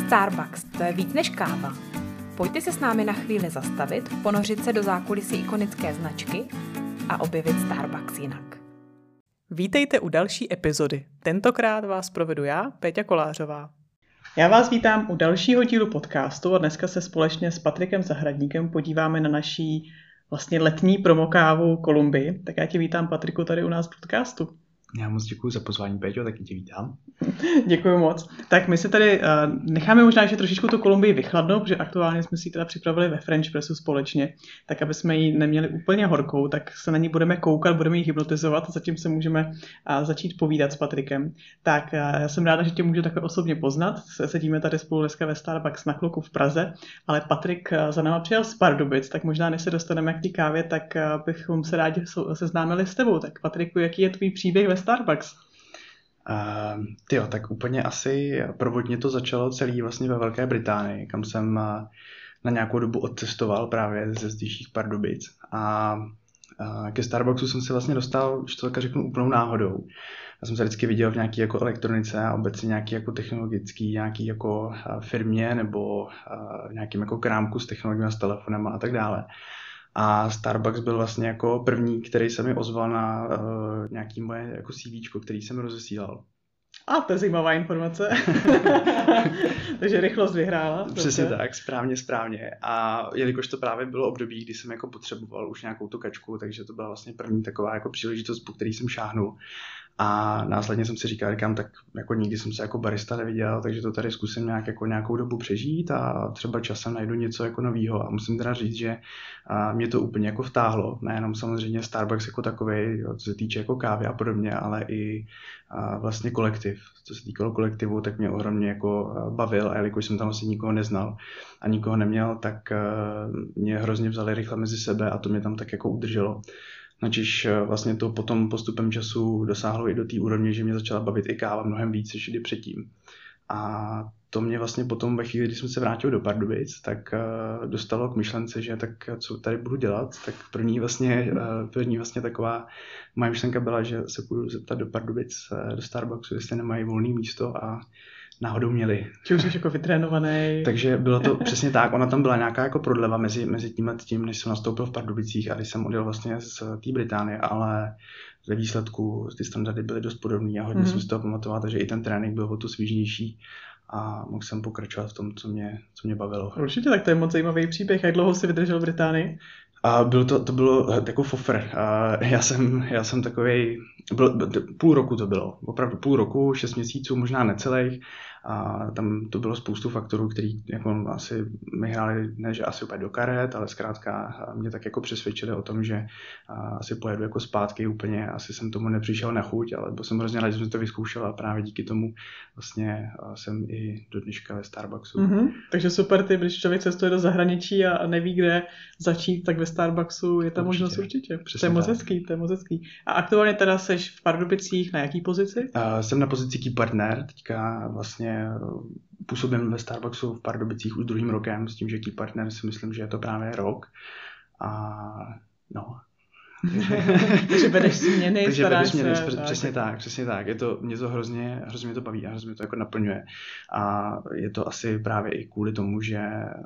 Starbucks, to je víc než káva. Pojďte se s námi na chvíli zastavit, ponořit se do zákulisí ikonické značky a objevit Starbucks jinak. Vítejte u další epizody. Tentokrát vás provedu já, Péťa Kolářová. Já vás vítám u dalšího dílu podcastu a dneska se společně s Patrikem Zahradníkem podíváme na naší vlastně letní promokávu Kolumbii. Tak já tě vítám, Patriku, tady u nás v podcastu. Já moc děkuji za pozvání, Péťo, taky tě vítám. Děkuji moc. Tak my si tady necháme možná ještě trošičku tu Kolumbii vychladnout, protože aktuálně jsme si ji teda připravili ve French Pressu společně, tak aby jsme ji neměli úplně horkou, tak se na ní budeme koukat, budeme ji hypnotizovat a zatím se můžeme začít povídat s Patrikem. Tak já jsem ráda, že tě můžu takhle osobně poznat. Sedíme tady spolu dneska ve Starbucks na Kloku v Praze, ale Patrik za náma přijel z Pardubic, tak možná než se dostaneme k té kávě, tak bychom se rádi seznámili s tebou. Tak Patriku, jaký je tvůj příběh ve Starbucks? Tak úplně asi prvotně to začalo celý vlastně ve Velké Británii, kam jsem na nějakou dobu odcestoval právě ze zdejších Pardubic. A ke Starbucksu jsem se vlastně dostal, když to tak řeknu, úplnou náhodou. Já jsem se vždycky viděl v nějaké jako elektronice a obecně nějaký jako technologický, nějaký jako firmě nebo v nějakém jako krámku s technologiemi, s telefonama a tak dále. A Starbucks byl vlastně jako první, který se mi ozval na nějaký moje jako CVčko, který jsem rozesílal. A to je zajímavá informace. Takže rychlost vyhrála. Přesně tak, správně. A jelikož to právě bylo období, kdy jsem jako potřeboval už nějakou tu kačku, takže to byla vlastně první taková jako příležitost, po který jsem šáhnul. A následně jsem si říkám, tak jako nikdy jsem se jako barista neviděl, takže to tady zkusím nějakou dobu přežít a třeba časem najdu něco jako novýho. A musím teda říct, že mě to úplně jako vtáhlo. Nejenom samozřejmě Starbucks jako takovej, co se týče jako kávy a podobně, ale i vlastně kolektiv. Co se týkalo kolektivu, tak mě ohromně jako bavil a jelikož jsem tam vlastně nikoho neznal a nikoho neměl, tak mě hrozně vzali rychle mezi sebe a to mě tam tak jako udrželo. Načiž vlastně to potom postupem času dosáhlo i do té úrovně, že mě začala bavit i káva mnohem víc, než kdy předtím. A to mě vlastně potom ve chvíli, kdy jsem se vrátil do Pardubic, tak dostalo k myšlence, že tak co tady budu dělat, tak první vlastně taková moje myšlenka byla, že se půjdu zeptat do Pardubic, do Starbucksu, jestli nemají volné místo a náhodou měli. Či už jsi jako vytrénovaný. Takže bylo to přesně tak, ona tam byla nějaká jako prodleva mezi tím a tím, než jsem nastoupil v Pardubicích a když jsem odjel vlastně z té Británie, ale ve výsledku ty standardy byly dost podobný a hodně jsem si toho pamatoval, takže i ten trénink byl o to svížnější a mohl jsem pokračovat v tom, co mě bavilo. Určitě, tak to je moc zajímavý příběh. Jak dlouho jsi vydržel v Británii? A to bylo jako fofr. Já jsem takovej, půl roku to bylo, opravdu půl roku, 6 měsíců, možná necelých. A tam to bylo spoustu faktorů, který jako asi mi hráli, ne že asi úplně do karet, ale zkrátka mě tak jako přesvědčili o tom, že asi pojedu jako zpátky úplně, asi jsem tomu nepřišel na chuť, ale jsem hrozně rád, že jsem to vyzkoušel a právě díky tomu vlastně jsem i do dneška ve Starbucksu. Takže super, když člověk cestuje do zahraničí a neví, kde začít, tak ve Starbucksu je ta možnost určitě. To je moc hezký. A aktuálně teda seš v Pardubicích na jaký pozici? Jsem na pozici key partner, teďka vlastně působím ve Starbucksu v Pardubicích už druhým rokem, s tím, že key partner si myslím, že je to právě rok. A no. Takže vedeš směny, staráš se. Přesně tak. Mě to hrozně mě to baví a hrozně mě to jako naplňuje. A je to asi právě i kvůli tomu, že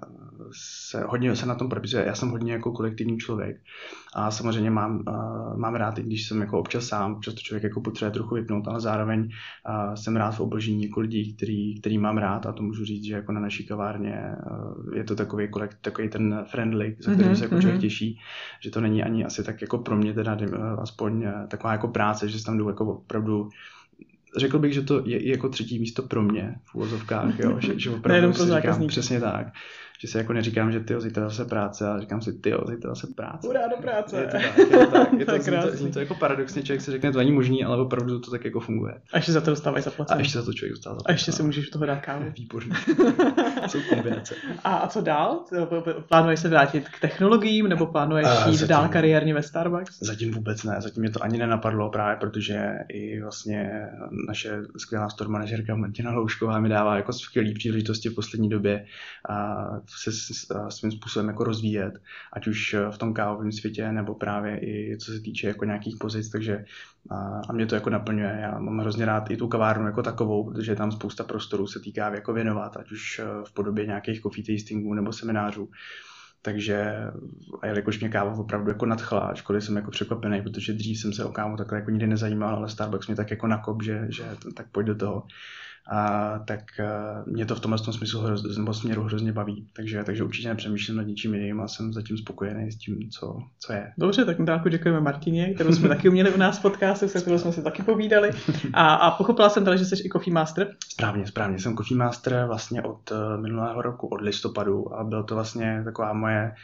hodně se na tom pracuje. Já jsem hodně jako kolektivní člověk a samozřejmě mám rád, i když jsem jako občas sám, občas to člověk jako potřebuje trochu vypnout, ale zároveň jsem rád v obložení jako lidí, který mám rád a to můžu říct, že jako na naší kavárně je to takový ten friendly, za kterým se jako člověk těší, že to není ani asi tak jako pro mě teda aspoň taková jako práce, že se tam jdu jako opravdu, řekl bych, že to je jako třetí místo pro mě v uvozovkách, jo, že opravdu si říkám přesně tak, že si jako neříkám, že zítra zase práce, ale říkám si, zítra zase práce. Hurá do práce. Je to tak. Zní to jako paradoxně, člověk si řekne, to není možný, ale opravdu to tak jako funguje. A ještě za to dostávají zaplacené. A ještě za to člověk dostává zaplacené. A ještě si můžeš toho dát kávu. Výborně. Jsou kombinace. A co dál? Plánuješ se vrátit k technologiím nebo plánuješ jít dál kariérně ve Starbucks? Zatím vůbec ne, zatím mě to ani nenapadlo právě, protože i vlastně naše skvělá store manažerka Martina Loušková mi dává jako skvělý příležitosti v poslední době se svým způsobem jako rozvíjet, ať už v tom kávovém světě, nebo právě i co se týče jako nějakých pozic, takže a mě to jako naplňuje. Já mám hrozně rád i tu kavárnu jako takovou, protože tam spousta prostorů se týká jako věnovat, ať už v podobě nějakých coffee tastingů nebo seminářů. Takže, a jelikož mě káva opravdu jako nadchla, ačkoliv jsem jako překvapený, protože dřív jsem se o kávu takhle jako nikdy nezajímal, ale Starbucks mě tak jako nakop, že tak pojď do toho. Tak mě to v tomhle smyslu nebo směru hrozně baví. Takže určitě nepřemýšlím nad ničím jiným a jsem zatím spokojený s tím, co je. Dobře, tak dálku děkujeme Martině, kterou jsme taky uměli u nás v podcastu, se kterou jsme si taky povídali. A pochopila jsem teda, že jsi i Coffee Master? Správně. Jsem Coffee Master vlastně od minulého roku, od listopadu, a byl to vlastně taková moje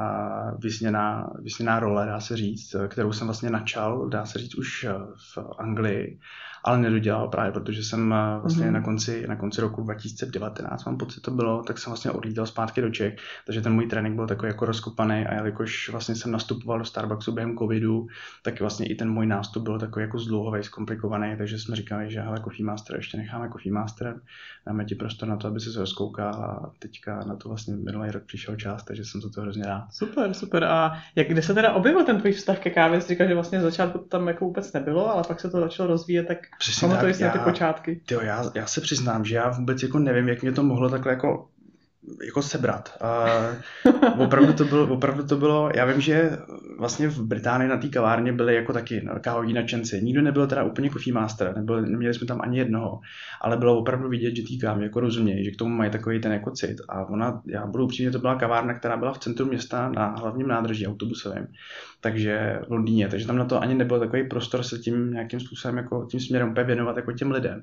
vysněná role, dá se říct, kterou jsem vlastně načal, dá se říct, už v Anglii, ale nedodělal právě, protože jsem vlastně na konci roku 2019, mám pocit to bylo, tak jsem vlastně odlítal zpátky do Čech, takže ten můj trénink byl takový jako rozkopaný a jelikož vlastně jsem nastupoval do Starbucksu během covidu, tak vlastně i ten můj nástup byl takový jako zdlouhavý, zkomplikovaný, takže jsme říkali, že hele, Coffee Master, ještě necháme Coffee Master, dáme ti prostor na to, aby se rozkoukal a teďka na to vlastně minulý rok přišel čas, takže jsem za to hrozně rád. Super. A kde se teda objevil ten tvůj vztah ke kávě? Jsi říkal, že vlastně začátku tam jako vůbec nebylo, ale pak se to začalo rozvíjet, tak pamatuješ si na ty počátky? Já se přiznám, že já vůbec jako nevím, jak mě to mohlo takhle jako sebrat. Opravdu to bylo, já vím, že vlastně v Británii na té kavárně byli jako taky kávoví nadšenci. Nikdo nebyl teda úplně Coffee Master, neměli jsme tam ani jednoho, ale bylo opravdu vidět, že té kávě jako rozumějí, že k tomu mají takový ten jako cit. A já budu upřímně, to byla kavárna, která byla v centru města na hlavním nádraží autobusovém, takže v Londýně, takže tam na to ani nebyl takový prostor se tím nějakým způsobem jako tím směrem úplně věnovat jako těm lidem.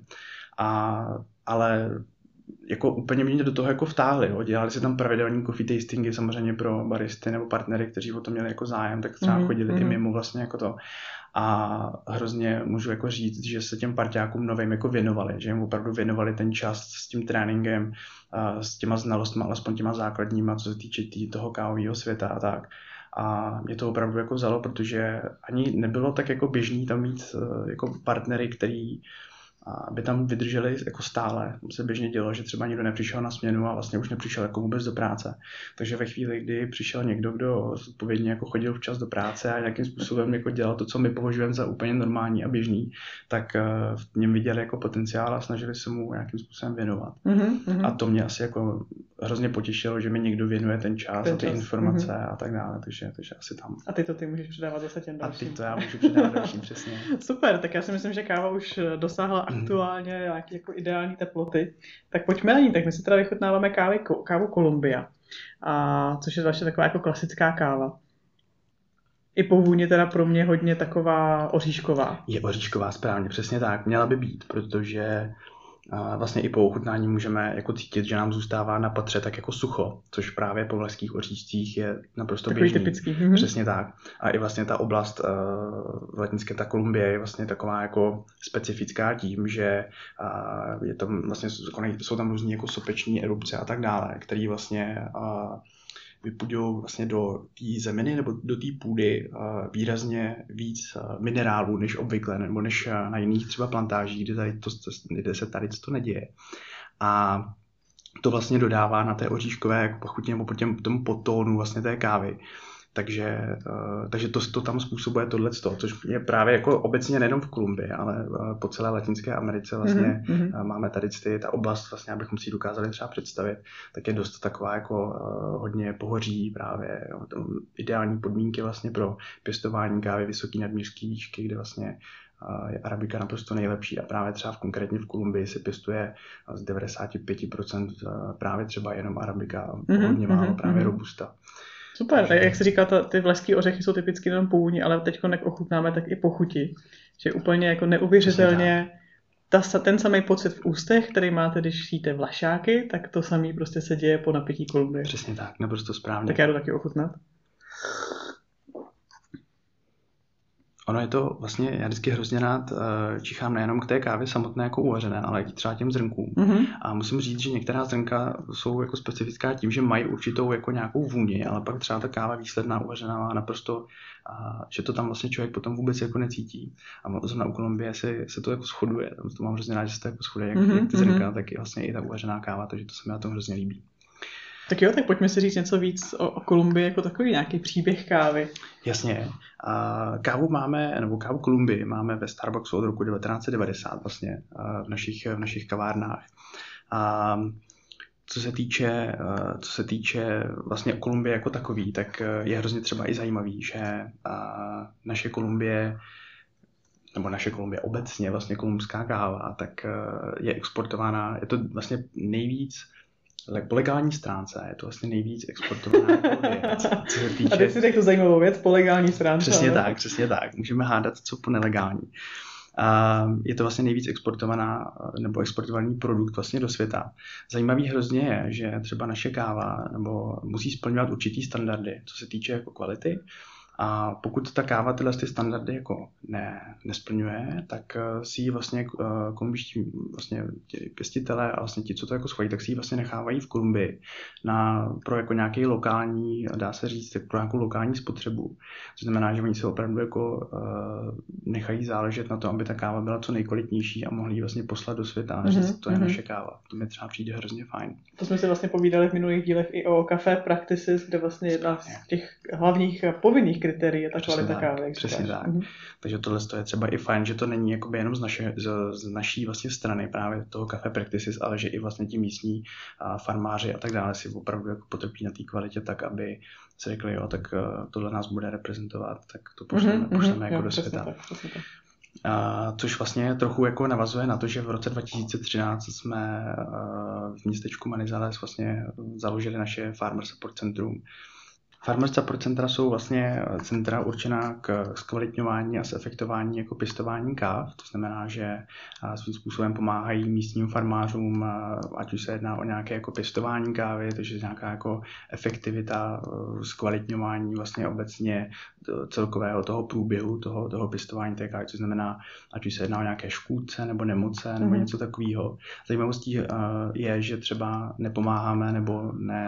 Ale jako úplně mě do toho jako vtáhli. Dělali se tam pravidelní coffee tastingy samozřejmě pro baristy nebo partnery, kteří o to měli jako zájem, tak třeba chodili i mimo vlastně jako to. A hrozně můžu jako říct, že se těm parťákům novým jako věnovali, že jim opravdu věnovali ten čas s tím tréninkem, s těma znalostmi, alespoň těma základníma, co se týče toho kávového světa a tak. A mě to opravdu jako vzalo, protože ani nebylo tak jako běžný tam mít jako partnery, který aby tam vydrželi jako stále. Se běžně dělo, že třeba někdo nepřišel na směnu a vlastně už nepřišel jako vůbec do práce. Takže ve chvíli, kdy přišel někdo, kdo zodpovědně jako chodil včas do práce a nějakým způsobem jako dělal to, co my považujeme za úplně normální a běžný, tak v něm viděli jako potenciál a snažili se mu nějakým způsobem věnovat. A to mě asi jako hrozně potěšilo, že mi někdo věnuje ten čas a ty informace a tak dále, takže asi tam. A ty můžeš předávat zase těm dalším. A ty to já můžu předávat dalším, přesně. Super, tak já si myslím, že káva už dosáhla aktuálně nějaké jako ideální teploty. Tak pojďme na ní, tak my si teda vychutnáváme kávu Columbia, což je vlastně taková jako klasická káva. I po vůni teda pro mě hodně taková oříšková. Je oříšková, správně, přesně tak. Měla by být, protože vlastně i po ochutnání můžeme jako cítit, že nám zůstává na patře tak jako sucho, což právě po vlašských oříšcích je naprosto takový běžný. Typický. Přesně tak. A i vlastně ta oblast latinské, ta Kolumbie je vlastně taková jako specifická tím, že je tam vlastně, jsou tam různý jako sopeční erupce a tak dále, který vlastně vypudují vlastně do té zeminy nebo do té půdy výrazně víc minerálů než obvykle, nebo než na jiných třeba plantážích, kde se tady to neděje. A to vlastně dodává na té oříškové jako pachutě nebo po tomu podtónu vlastně té kávy. Takže to tam způsobuje tohleto, což je právě jako obecně nejenom v Kolumbii, ale po celé Latinské Americe vlastně máme tady ta oblast, vlastně, abychom si ji dokázali třeba představit, tak je dost taková jako hodně pohoří právě, ideální podmínky vlastně pro pěstování kávy vysoký nadmořské výšky, kde vlastně je arabika naprosto nejlepší a právě třeba konkrétně v Kolumbii se pěstuje z 95% právě třeba jenom arabika, hodně málo právě robusta. Super, tak jak jsi říkal, ty vlašské ořechy jsou typicky jenom po vůni, ale teď jak ochutnáme, tak i po chuti. Že úplně jako neuvěřitelně ten samý pocit v ústech, který máte, když jíte vlašáky, tak to samý prostě se děje po napití Kolumbie. Přesně tak, naprosto správně. Tak já jdu taky ochutnat. Ono je to vlastně, já vždycky hrozně rád čichám nejenom k té kávě samotné jako uvařené, ale i třeba těm zrnkům. Mm-hmm. A musím říct, že některá zrnka jsou jako specifická tím, že mají určitou jako nějakou vůni, ale pak třeba ta káva výsledná uvařená má naprosto, že to tam vlastně člověk potom vůbec jako necítí. A zrovna u Kolumbie se to jako shoduje. Tam to mám hrozně rád, že se to jako shoduje, jak ty zrnka, tak i vlastně i ta uvařená káva, takže to se mi na tom hrozně líbí. Tak jo, tak pojďme si říct něco víc o Kolumbii jako takový nějaký příběh kávy. Jasně. Kávu máme, nebo kávu Kolumbii máme ve Starbucksu od roku 1990 vlastně v našich kavárnách. Co se týče vlastně Kolumbie jako takový, tak je hrozně třeba i zajímavý, že naše Kolumbie obecně, vlastně kolumbská káva, tak je exportována, je to vlastně nejvíc, po legální stránce je to vlastně nejvíc exportovaná věc. A teď si řekl tu zajímavou věc, po legální stránce. Přesně tak. Můžeme hádat, co po nelegální. Je to vlastně nejvíc exportovaný produkt vlastně do světa. Zajímavý hrozně je, že třeba naše káva musí splňovat určitý standardy, co se týče jako kvality. A pokud ta káva tyhle standardy jako nesplňuje, tak si ji vlastně kolumbiští vlastně pěstitelé a vlastně ti, co to jako schovají, tak si ji vlastně nechávají v Kolumbii pro jako nějaký lokální, dá se říct, pro nějakou lokální spotřebu. To znamená, že oni se opravdu jako nechají záležet na to, aby ta káva byla co nejkvalitnější a mohli ji vlastně poslat do světa a říct, to je naše káva. To mi třeba přijde hrozně fajn. To jsme si vlastně povídali v minulých dílech i o Café Practices, kde vlastně jedna z těch hlavních povinných kritérií je ta kvalita kávy. Přesně tak. Takže tohle je třeba i fajn, že to není jakoby jenom z naší vlastně strany právě toho Café Practices, ale že i vlastně ti místní farmáři a tak dále si opravdu jako potrpí na té kvalitě tak, aby si řekli, jo, tak tohle nás bude reprezentovat, tak to pošleme jako do světa. Tak. Což vlastně trochu jako navazuje na to, že v roce 2013 jsme v městečku Manizales vlastně založili naše Farmer Support Centrum. Farmer Support Centra jsou vlastně centra určená k zkvalitňování a zefektování jako pěstování káv. To znamená, že svým způsobem pomáhají místním farmářům, ať už se jedná o nějaké jako pěstování kávy, takže nějaká jako efektivita, zkvalitňování vlastně obecně celkového toho průběhu, toho pěstování té kávy, což znamená, ať už se jedná o nějaké škůdce nebo nemoce nebo něco takového. Zajímavostí je, že třeba nepomáháme nebo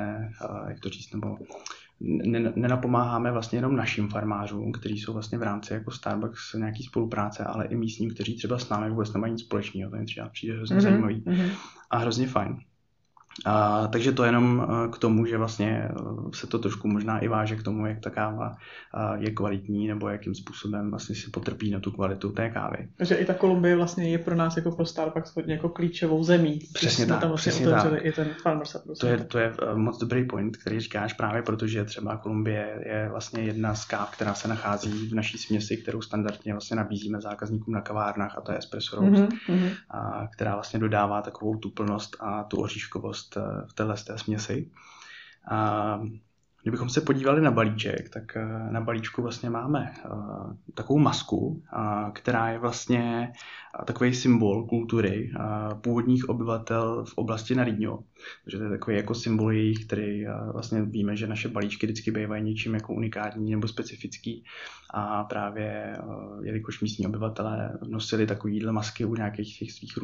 nenapomáháme vlastně jenom našim farmářům, kteří jsou vlastně v rámci jako Starbucks nějaký spolupráce, ale i místním, kteří třeba s námi vůbec nemají nic společného. To mi třeba přijde hrozně zajímavý a hrozně fajn. Takže to jenom k tomu, že vlastně se to trošku možná i váže k tomu, jak ta káva je kvalitní nebo jakým způsobem vlastně si potrpí na tu kvalitu té kávy. Takže i ta Kolumbie vlastně je pro nás jako pro Starbucks hodně jako klíčovou zemí. Přesně tak. Tam vlastně otevřeli i ten Farmer Support. To je moc dobrý point, který říkáš právě, protože třeba Kolumbie je vlastně jedna z káv, která se nachází v naší směsi, kterou standardně vlastně nabízíme zákazníkům na kavárnách, a to je espresso roast, která vlastně dodává takovou tu plnost a tu oříškovost v téhle směsi. Kdybychom se podívali na balíček, tak na balíčku vlastně máme takovou masku, která je vlastně takový symbol kultury původních obyvatel v oblasti Nariño. Takže to je takový jako symbol jejich, který vlastně víme, že naše balíčky vždycky bývají něčím jako unikátní nebo specifický. A právě jelikož místní obyvatelé nosili takovýhle masky u nějakých těch svých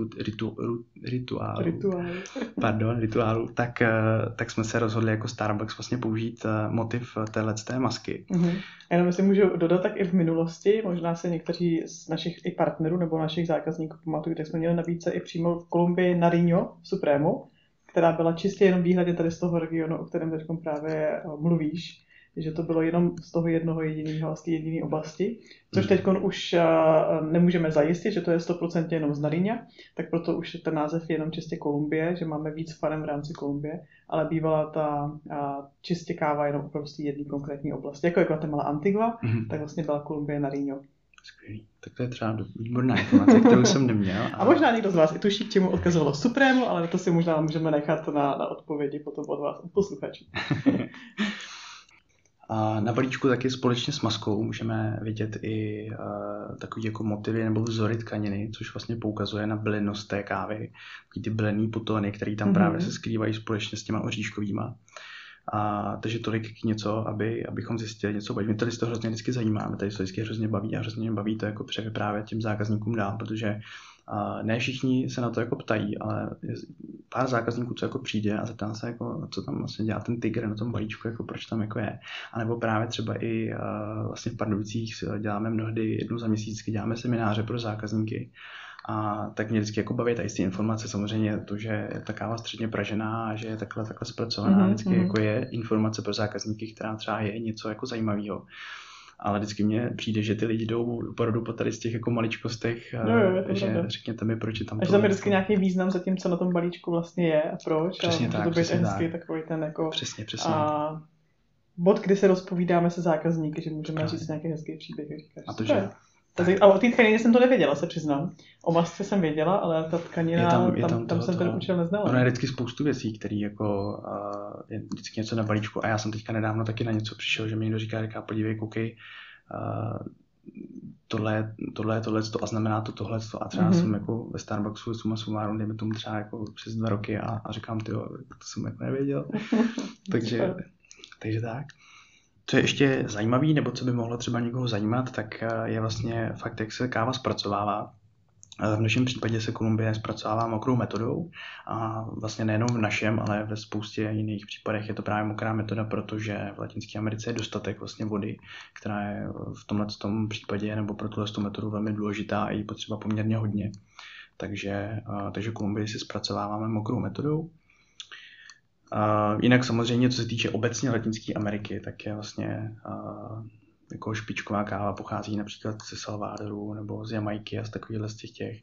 rituálů, tak jsme se rozhodli jako Starbucks vlastně použít motiv téhleté masky. Jenom jestli můžu dodat, tak i v minulosti, možná se někteří z našich i partnerů nebo našich zákazníků pamatují, tak jsme měli nabídce i přímo v Kolumbii Nariño v Supremu, která byla čistě jenom výhledně tady z toho regionu, o kterém teď právě mluvíš, že to bylo jenom z toho z té jediné oblasti, což teď už nemůžeme zajistit, že to je 100% jenom z Nariña, tak proto už ten název je jenom čistě Kolumbie, že máme víc farem v rámci Kolumbie, ale bývala ta čistě káva jenom opravdu z té jedné konkrétní oblasti. Jako je Guatemala Antigua, tak vlastně byla Kolumbie Nariño. Skvělý. Tak to je třeba výborná informace, kterou jsem neměl. A možná někdo z vás i tuší, k čemu odkazovalo Supremo, ale to si možná můžeme nechat na odpovědi potom od vás, od posluchačů. A na balíčku taky společně s maskou můžeme vidět i takový jako motivy nebo vzory tkaniny, což vlastně poukazuje na bylinnost té kávy. Ty bylinný butony, které tam právě se skrývají společně s těma oříškovýma. Takže tolik k něco, abychom zjistili něco. Mě tady z toho hrozně vždycky zajímá, mě tady to vždycky hrozně baví a hrozně mě baví to jako převyprávět těm zákazníkům dál, protože ne všichni se na to jako ptají, ale je pár zákazníků, co jako přijde a zeptá se, jako, co tam vlastně dělá ten tygr na tom balíčku, jako proč tam jako je. A nebo právě třeba i vlastně v Pardubicích děláme mnohdy jednou za měsíc, děláme semináře pro zákazníky. A tak mě vždycky jako baví tady ty informace, samozřejmě to, že je ta káva středně pražená a že je takhle zpracovaná, vždycky jako je informace pro zákazníky, která třeba je něco jako zajímavého. Ale vždycky mně přijde, že ty lidi jdou opravdu po tady z těch jako maličkostech, že řekněte mi, proč je tam to. A že tam je vždycky nějaký význam za tím, co na tom balíčku vlastně je a proč. Přesně tak, to být přesně hezky, tak. Takový ten jako... Přesně. A bod, kdy se rozpovídáme se zákazníky, že můžeme říct nějaký hezký příběh. A to, že... Ale o té tkanině jsem to nevěděla, se přiznám. O masce jsem věděla, ale ta tkanina, tam jsem ten účel neznala. Ono je vždycky spoustu věcí, které jako je vždycky něco na balíčku. A já jsem teďka nedávno taky na něco přišel, že mi někdo říká, podívej, koukej, tohle a znamená to tohle a třeba jsem jako ve Starbucksu suma sumárum, dejme tomu třeba jako přes 2 roky a říkám, tyjo, to jsem jako nevěděl. takže tak. Co je ještě zajímavý, nebo co by mohlo třeba někoho zajímat, tak je vlastně fakt, jak se káva zpracovává. V našem případě se Kolumbie zpracovává mokrou metodou a vlastně nejenom v našem, ale ve spoustě jiných případech je to právě mokrá metoda, protože v Latinské Americe je dostatek vlastně vody, která je v tomto případě nebo pro tuhle metodu velmi důležitá a je potřeba poměrně hodně. Takže Kolumbii si zpracováváme mokrou metodou. Jinak samozřejmě, co se týče obecně Latinské Ameriky, tak je vlastně jako špičková káva pochází například ze Salvadoru nebo z Jamajky a z takovýchhle z těch,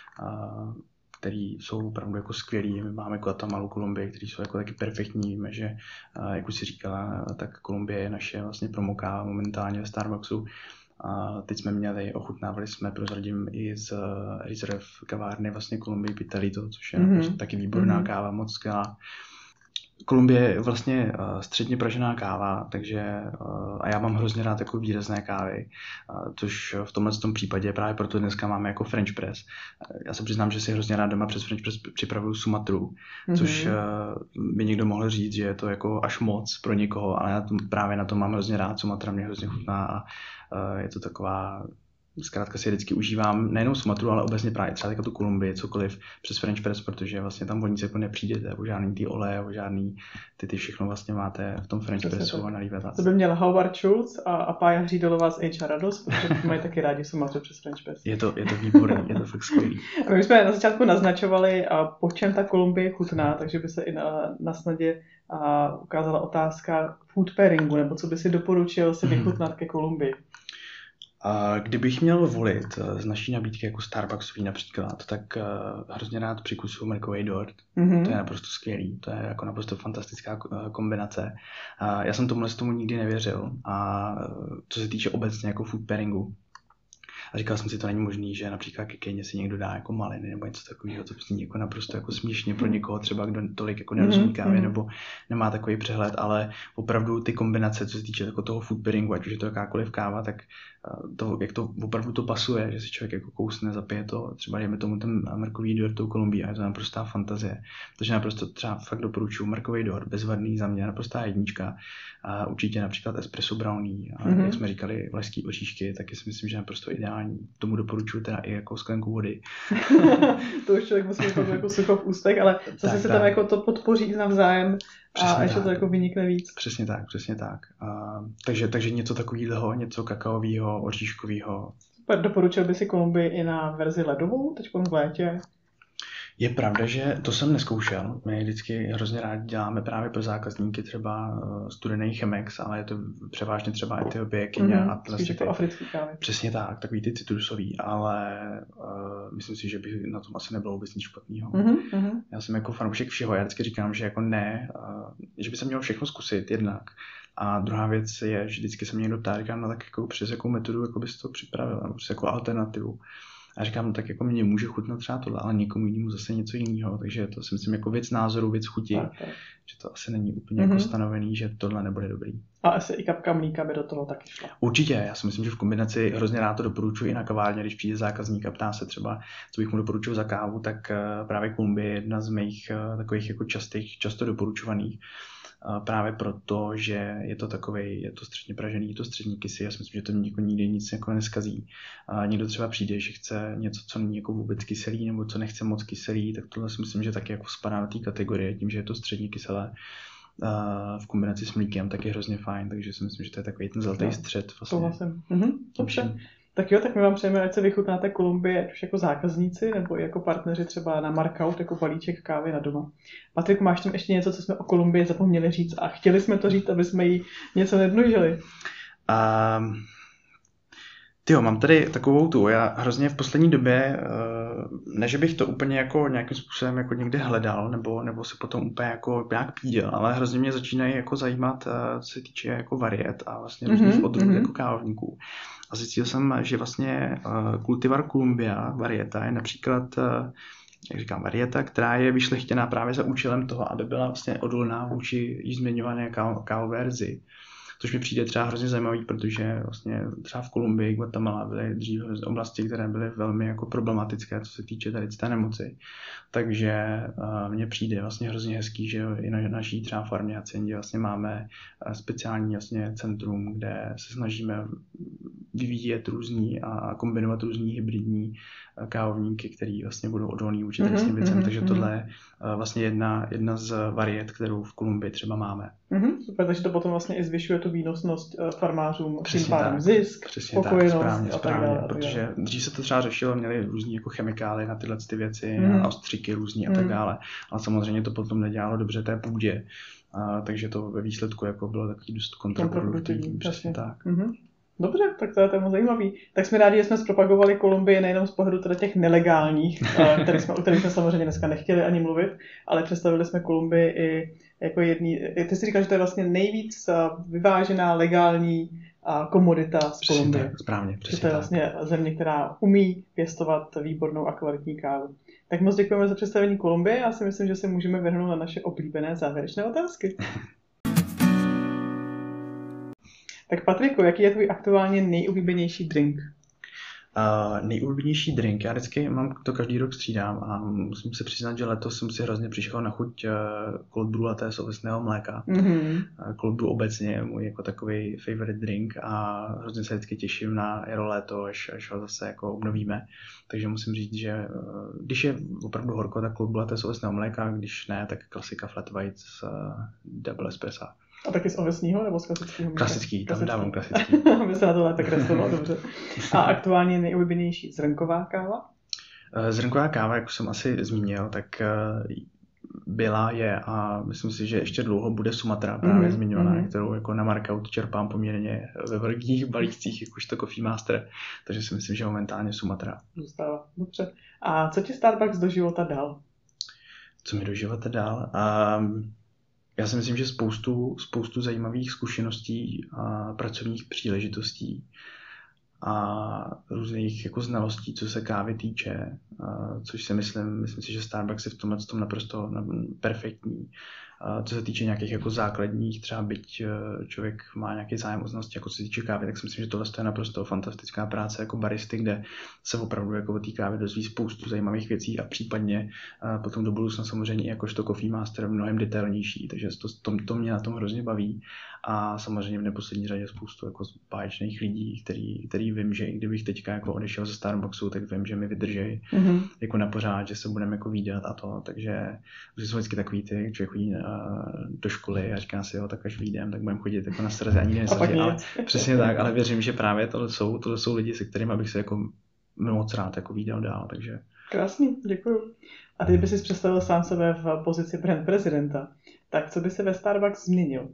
který jsou opravdu jako skvělý. My máme Guatemalu, Kolumbii, který jsou jako taky perfektní. Víme, že, jak už si říkala, tak Kolumbie je naše vlastně promo káva momentálně ve Starbucksu. A teď jsme ochutnávali jsme, prozradím, i z Reserve kavárny vlastně Kolumbii Pitalito, což je taky výborná káva, moc skvělá. Kolumbie je vlastně středně pražená káva, takže a já mám hrozně rád jako výrazné kávy, což v tomhle případě právě proto dneska máme jako French press. Já se přiznám, že si hrozně rád doma přes French press připravuju Sumatru, což by někdo mohl říct, že je to jako až moc pro někoho, ale já právě na to mám hrozně rád, Sumatra mě hrozně chutná a je to taková... Zkrátka si vždycky užívám nejenom Sumatru, ale obecně právě třeba jako tu Kolumbii, cokoliv přes French press, protože vlastně tam o nic jako nepřijdete, o žádný ty oleje, o žádný ty všechno vlastně máte v tom French pressu a nalíváte. To by měl Howard Schultz a Pája Hřídolová z HR Radost, protože mají taky rádi Sumatru přes French press. Je to výborný, je to fakt skvělý. A my jsme na začátku naznačovali, po čem ta Kolumbie chutná, takže by se i na snadě ukázala otázka food pairingu, nebo co by si doporučil si vychutnat ke Kolumbii. Kdybych měl volit z naší nabídky jako Starbucksový například, tak hrozně rád přikusuju mrkovej dort. To je naprosto skvělý, to je jako naprosto fantastická kombinace. Já jsem tomu nikdy nevěřil a co se týče obecně jako food pairingu, a říkal jsem si, to není možný, že například ke kejně si někdo dá jako maliny nebo něco takového, co prostě jako naprosto jako směšně pro někoho, třeba kdo tolik jako nerozumí kávě nebo nemá takový přehled, ale opravdu ty kombinace, co se týče jako toho food pairingu, ať už je to jakákoliv káva, tak to, jak to opravdu to pasuje, že si člověk jako kousne, zapije to, třeba dejme tomu ten mrkový dort tou Kolumbii a je to naprostá fantazie. Takže naprosto třeba fakt doporučuji mrkový dort, bezvadný za mě, naprostá jednička. A určitě například espresso brownie, a jak jsme říkali, vlašský oříšky, taky si myslím, že naprosto ideální. Tomu doporučuji teda i jako sklenku vody. To už člověk musí mít jako sucho v ústech, ale zase se tam jako to podpoří navzájem a ještě to jako vynikne víc. Přesně tak. Takže něco takového, něco kakaového, oříškového. Doporučil by si Kolumbii i na verzi ledovou, teď v létě? Je pravda, že to jsem neskoušel. My vždycky hrozně rádi děláme právě pro zákazníky třeba studený Chemex, ale je to převážně třeba Etiopie, Kenia a to africký kávy. Přesně tak, takový ty citrusový, ale myslím si, že by na tom asi nebylo vůbec nic špatného. Já jsem jako fanoušek všeho, já vždycky říkám, že jako ne, že by se mělo všechno zkusit jednak. A druhá věc je, že vždycky se mě někdo ptá, říkám, no tak jako přes jakou metodu jako bys to připravil, nebo přes jakou alternativu. A říkám, no tak jako mě může chutnat třeba tohle, ale někomu jinému zase něco jiného, takže to si myslím jako věc názoru, věc chuti, že to asi není úplně jako stanovený, že tohle nebude dobrý. A asi i kapka mlíka by do toho taky šla. Určitě, já si myslím, že v kombinaci hrozně rád to doporučuji i na kavárně, když přijde zákazník a ptá se třeba, co bych mu doporučil za kávu, tak právě Kolumbie je jedna z mých takových jako často doporučovaných. právě proto, že je to středně pražený, je to střední kyselý. Já si myslím, že to nikdy nic jako neskazí. Někdo třeba přijde, že chce něco, co není jako vůbec kyselý, nebo co nechce moc kyselý, tak tohle si myslím, že taky jako spadá do té kategorie, tím, že je to středně kyselé v kombinaci s mlíkem, tak je hrozně fajn, takže si myslím, že to je takový ten zlatý střed. Vlastně. Dobře. Tak jo, tak my vám přejeme, ať se vychutnáte Kolumbii, ať už jako zákazníci, nebo i jako partneři třeba na Markout, jako balíček kávy na doma. Patrik, máš tam ještě něco, co jsme o Kolumbii zapomněli říct a chtěli jsme to říct, aby jsme jí něco nedlužili? Mám tady takovou já hrozně v poslední době, ne, že bych to úplně jako nějakým způsobem jako někde hledal, nebo se potom úplně jako nějak píděl, ale hrozně mě začínají jako zajímat, co se týče jako variet a vlastně různých odrůd jako kávovníků. A zjistil jsem, že vlastně kultivar Columbia varieta je například, jak říkám, varieta, která je vyšlechtěná právě za účelem toho, aby byla vlastně odolná vůči jí zmiňované kávové verzi. Což mi přijde třeba hrozně zajímavý, protože vlastně třeba v Kolumbii, Guatemala byly dřív oblasti, které byly velmi jako problematické, co se týče tady té nemoci. Takže mně přijde vlastně hrozně hezký, že i na naší třeba farmě Haciendě vlastně máme speciální vlastně centrum, kde se snažíme vyvíjet různý a kombinovat různý hybridní kávovníky, který vlastně budou odolný vůči těm věcem. Takže tohle je vlastně jedna z variet, kterou v Kolumbii třeba máme. Super, takže to potom vlastně i zvyšuje tu výnosnost farmářům, tím pádem zisk, spokojenost a tak dále. Protože dřív se to třeba řešilo, měli různý jako chemikály na tyhle ty věci, a ostříky různý a tak dále. Ale samozřejmě to potom nedělalo dobře té půdě. Takže to ve výsledku jako bylo takový dost kontraproduktivní. Přesně tak. Dobře, tak to je téma zajímavý. Tak jsme rádi, že jsme zpropagovali Kolumbii nejenom z pohledu teda těch nelegálních, o kterých jsme samozřejmě dneska nechtěli ani mluvit, ale představili jsme Kolumbii i jako ty si říkáš, že to je vlastně nejvíc vyvážená legální komodita z Kolumbie. Správně, přesně. Že to je vlastně země, která umí pěstovat výbornou a kvalitní kávu. Tak moc děkujeme za představení Kolumbie. Já si myslím, že se můžeme vrhnout na naše oblíbené závěrečné otázky. Tak Patriku, jaký je tvůj aktuálně nejoblíbenější drink? Nejoblíbenější drink, já vždycky to každý rok střídám a musím se přiznat, že letos jsem si hrozně přišel na chuť cold brew a z ovesného mléka. Cold brew obecně je můj jako takový favorite drink a hrozně se vždycky těším na jaro léto, až ho zase jako obnovíme. Takže musím říct, že když je opravdu horko, tak cold brew z ovesného mléka, když ne, tak klasika flat white z double espresso. A taky z ovesního nebo z klasického? Klasický, tam dávám klasický. Aby se na to lépe kreslilo, dobře. A aktuálně nejoblíbenější zrnková káva? Zrnková káva, jak jsem asi zmínil, tak je a myslím si, že ještě dlouho bude Sumatra právě zmiňovaná, kterou jako na Markout čerpám poměrně ve velkých balících, jakožto Coffee Master, takže si myslím, že momentálně Sumatra. Zůstává, dobře. A co ti Starbucks do života dal? Co mi do života dal? Já si myslím, že spoustu zajímavých zkušeností a pracovních příležitostí a různých jako znalostí, co se kávy týče, což si myslím si, že Starbucks je v tomhle naprosto perfektní. Co se týče nějakých jako základních, třeba byť člověk má nějaký zájem o znalosti, jako co se týče kávy, tak si myslím, že tohle je naprosto fantastická práce jako baristy, kde se opravdu jako o té kávě dozví spoustu zajímavých věcí a případně potom do budoucna samozřejmě jakožto Coffee Master mnohem detailnější, takže to mě na tom hrozně baví a samozřejmě v neposlední řadě spoustu jako báječných lidí, který vím, že i kdybych teďka jako odešel ze Starbucksu, tak vím, že mi vydrží jako na pořád, že se budeme jako vídat a to, takže jsou vždycky takový ty, že chodí do školy a říkám si, tak až vyjdem, tak budeme chodit jako na srazy, ani nesrazy, ale přesně tak, ale věřím, že právě tohle jsou lidi, se kterými bych se jako moc rád jako vídal dál, takže. Krásný, děkuju. A ty bys si představil sám sebe v pozici brand prezidenta, tak co by se ve Starbucks změnil?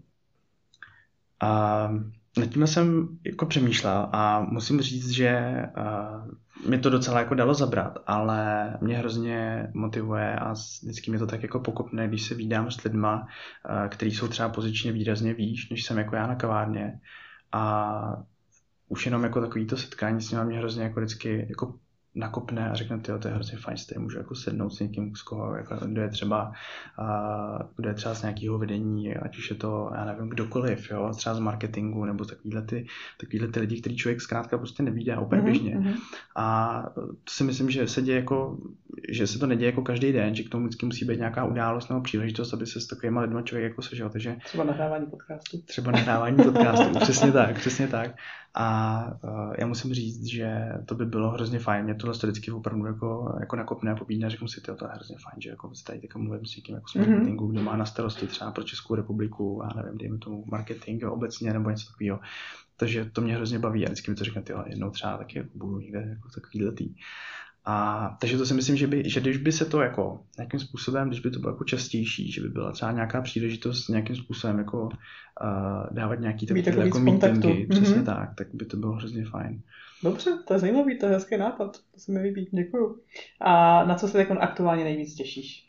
Nad tím jsem jako přemýšlel a musím říct, že mi to docela jako dalo zabrat, ale mě hrozně motivuje a vždycky mě to tak jako pokopne, když se vídám s lidma, kteří jsou třeba pozičně výrazně výš, než jsem jako já na kavárně a už jenom jako takovýto setkání s nimi mě hrozně jako vždycky jako nakopne a řekne, to je hrozně fajn, že můžu jako sednout s někým, z koho, jako, kdo je třeba z nějakého vedení, ať už je to, já nevím, kdokoliv, jo, třeba z marketingu, nebo takovýhle ty lidi, který člověk zkrátka prostě nevídá úplně běžně. A to si myslím, že se děje jako, že se to neděje jako každý den, že k tomu vždycky musí být nějaká událost nebo příležitost, aby se s takovýma lidma člověk jako sežil. Takže třeba nahrávání podcastu. Přesně tak. A já musím říct, že to by bylo hrozně fajn. Mě tohle vždycky opravdu jako nakopne a pobídne. Řeknu si, to je hrozně fajn, že jako se tady teďka mluvím s někým jako z marketingu, kdo má na starosti třeba pro Českou republiku, já nevím, dejme tomu marketing obecně nebo něco takového. Takže to mě hrozně baví a vždycky mi to říkám, jednou třeba taky jako budu někde jako takovýhletý. A takže to si myslím, že když by se to jako nějakým způsobem, když by to bylo jako častější, že by byla třeba nějaká příležitost nějakým způsobem jako dávat nějaký takový jako meetingy, přesně tak by to bylo hrozně fajn. Dobře, to je zajímavý, to je hezký nápad, to se mi líbí, děkuju. A na co se jako aktuálně nejvíc těšíš?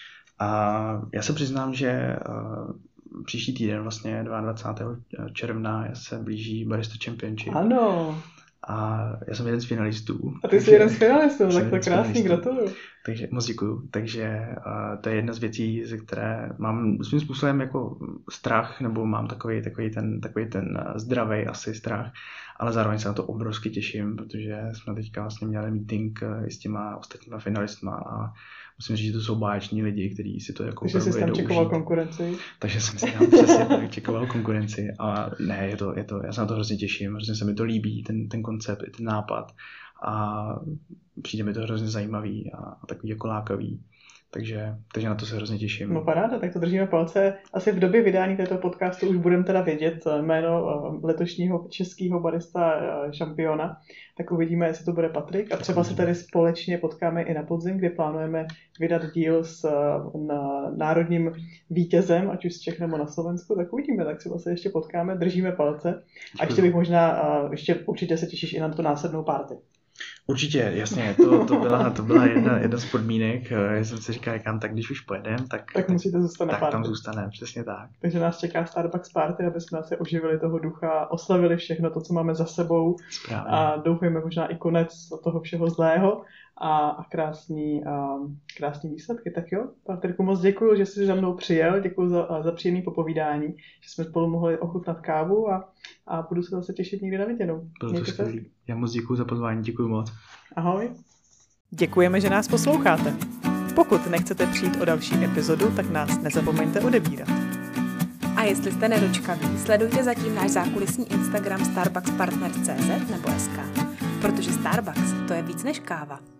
Já se přiznám, že příští týden, vlastně 22. června, se blíží Barista Championship. Ano. A já jsem jeden z finalistů. A ty jsi jeden z finalistů, tak to krásný, gratuluju. Takže moc děkuju. Takže to je jedna z věcí, ze které mám svým způsobem jako strach, nebo mám takový ten zdravý asi strach, ale zároveň se na to obrovsky těším, protože jsme teďka vlastně měli meeting s těma ostatníma finalistma a musím říct, že to jsou báječní lidi, kteří si to jako takže jsi tam čekoval konkurenci? Takže jsem si tam přesně tak čekoval konkurenci a ne, je to, já se na to hrozně těším, hrozně se mi to líbí, ten koncept, ten nápad a přijde mi to hrozně zajímavý a takový jako lákavý. Takže na to se hrozně těším. No paráda, tak to držíme palce. Asi v době vydání této podcastu už budeme teda vědět jméno letošního českého barista šampiona. Tak uvidíme, jestli to bude Patrik. A třeba se tady společně potkáme i na podzim, kde plánujeme vydat díl s národním vítězem, ať už z Čech nebo na Slovensku. Tak uvidíme, tak třeba se ještě potkáme, držíme palce. A ještě bych možná, určitě se těšíš i na tu následnou party. Určitě, jasně, to byla jedna z podmínek, já jsem si říkal, tak když už pojedeme, tak musíte zůstat na party. Tak tam zůstaneme, přesně tak. Takže nás čeká Starbucks party, aby jsme se oživili toho ducha, oslavili všechno to, co máme za sebou. Správně. A doufujeme možná i konec toho všeho zlého a krásný výsledky. Tak jo, Patriku, moc děkuji, že jsi za mnou přijel, děkuji za příjemné popovídání, že jsme spolu mohli ochutnat kávu a budu se zase těšit někdy na viděnou. Bylo to skvělý. Já moc děkuji za pozvání, děkuji moc. Ahoj. Děkujeme, že nás posloucháte. Pokud nechcete přijít o další epizodu, tak nás nezapomeňte odebírat. A jestli jste nedočkaví, sledujte zatím náš zákulisní Instagram starbuckspartners.cz nebo SK, protože Starbucks to je víc než káva.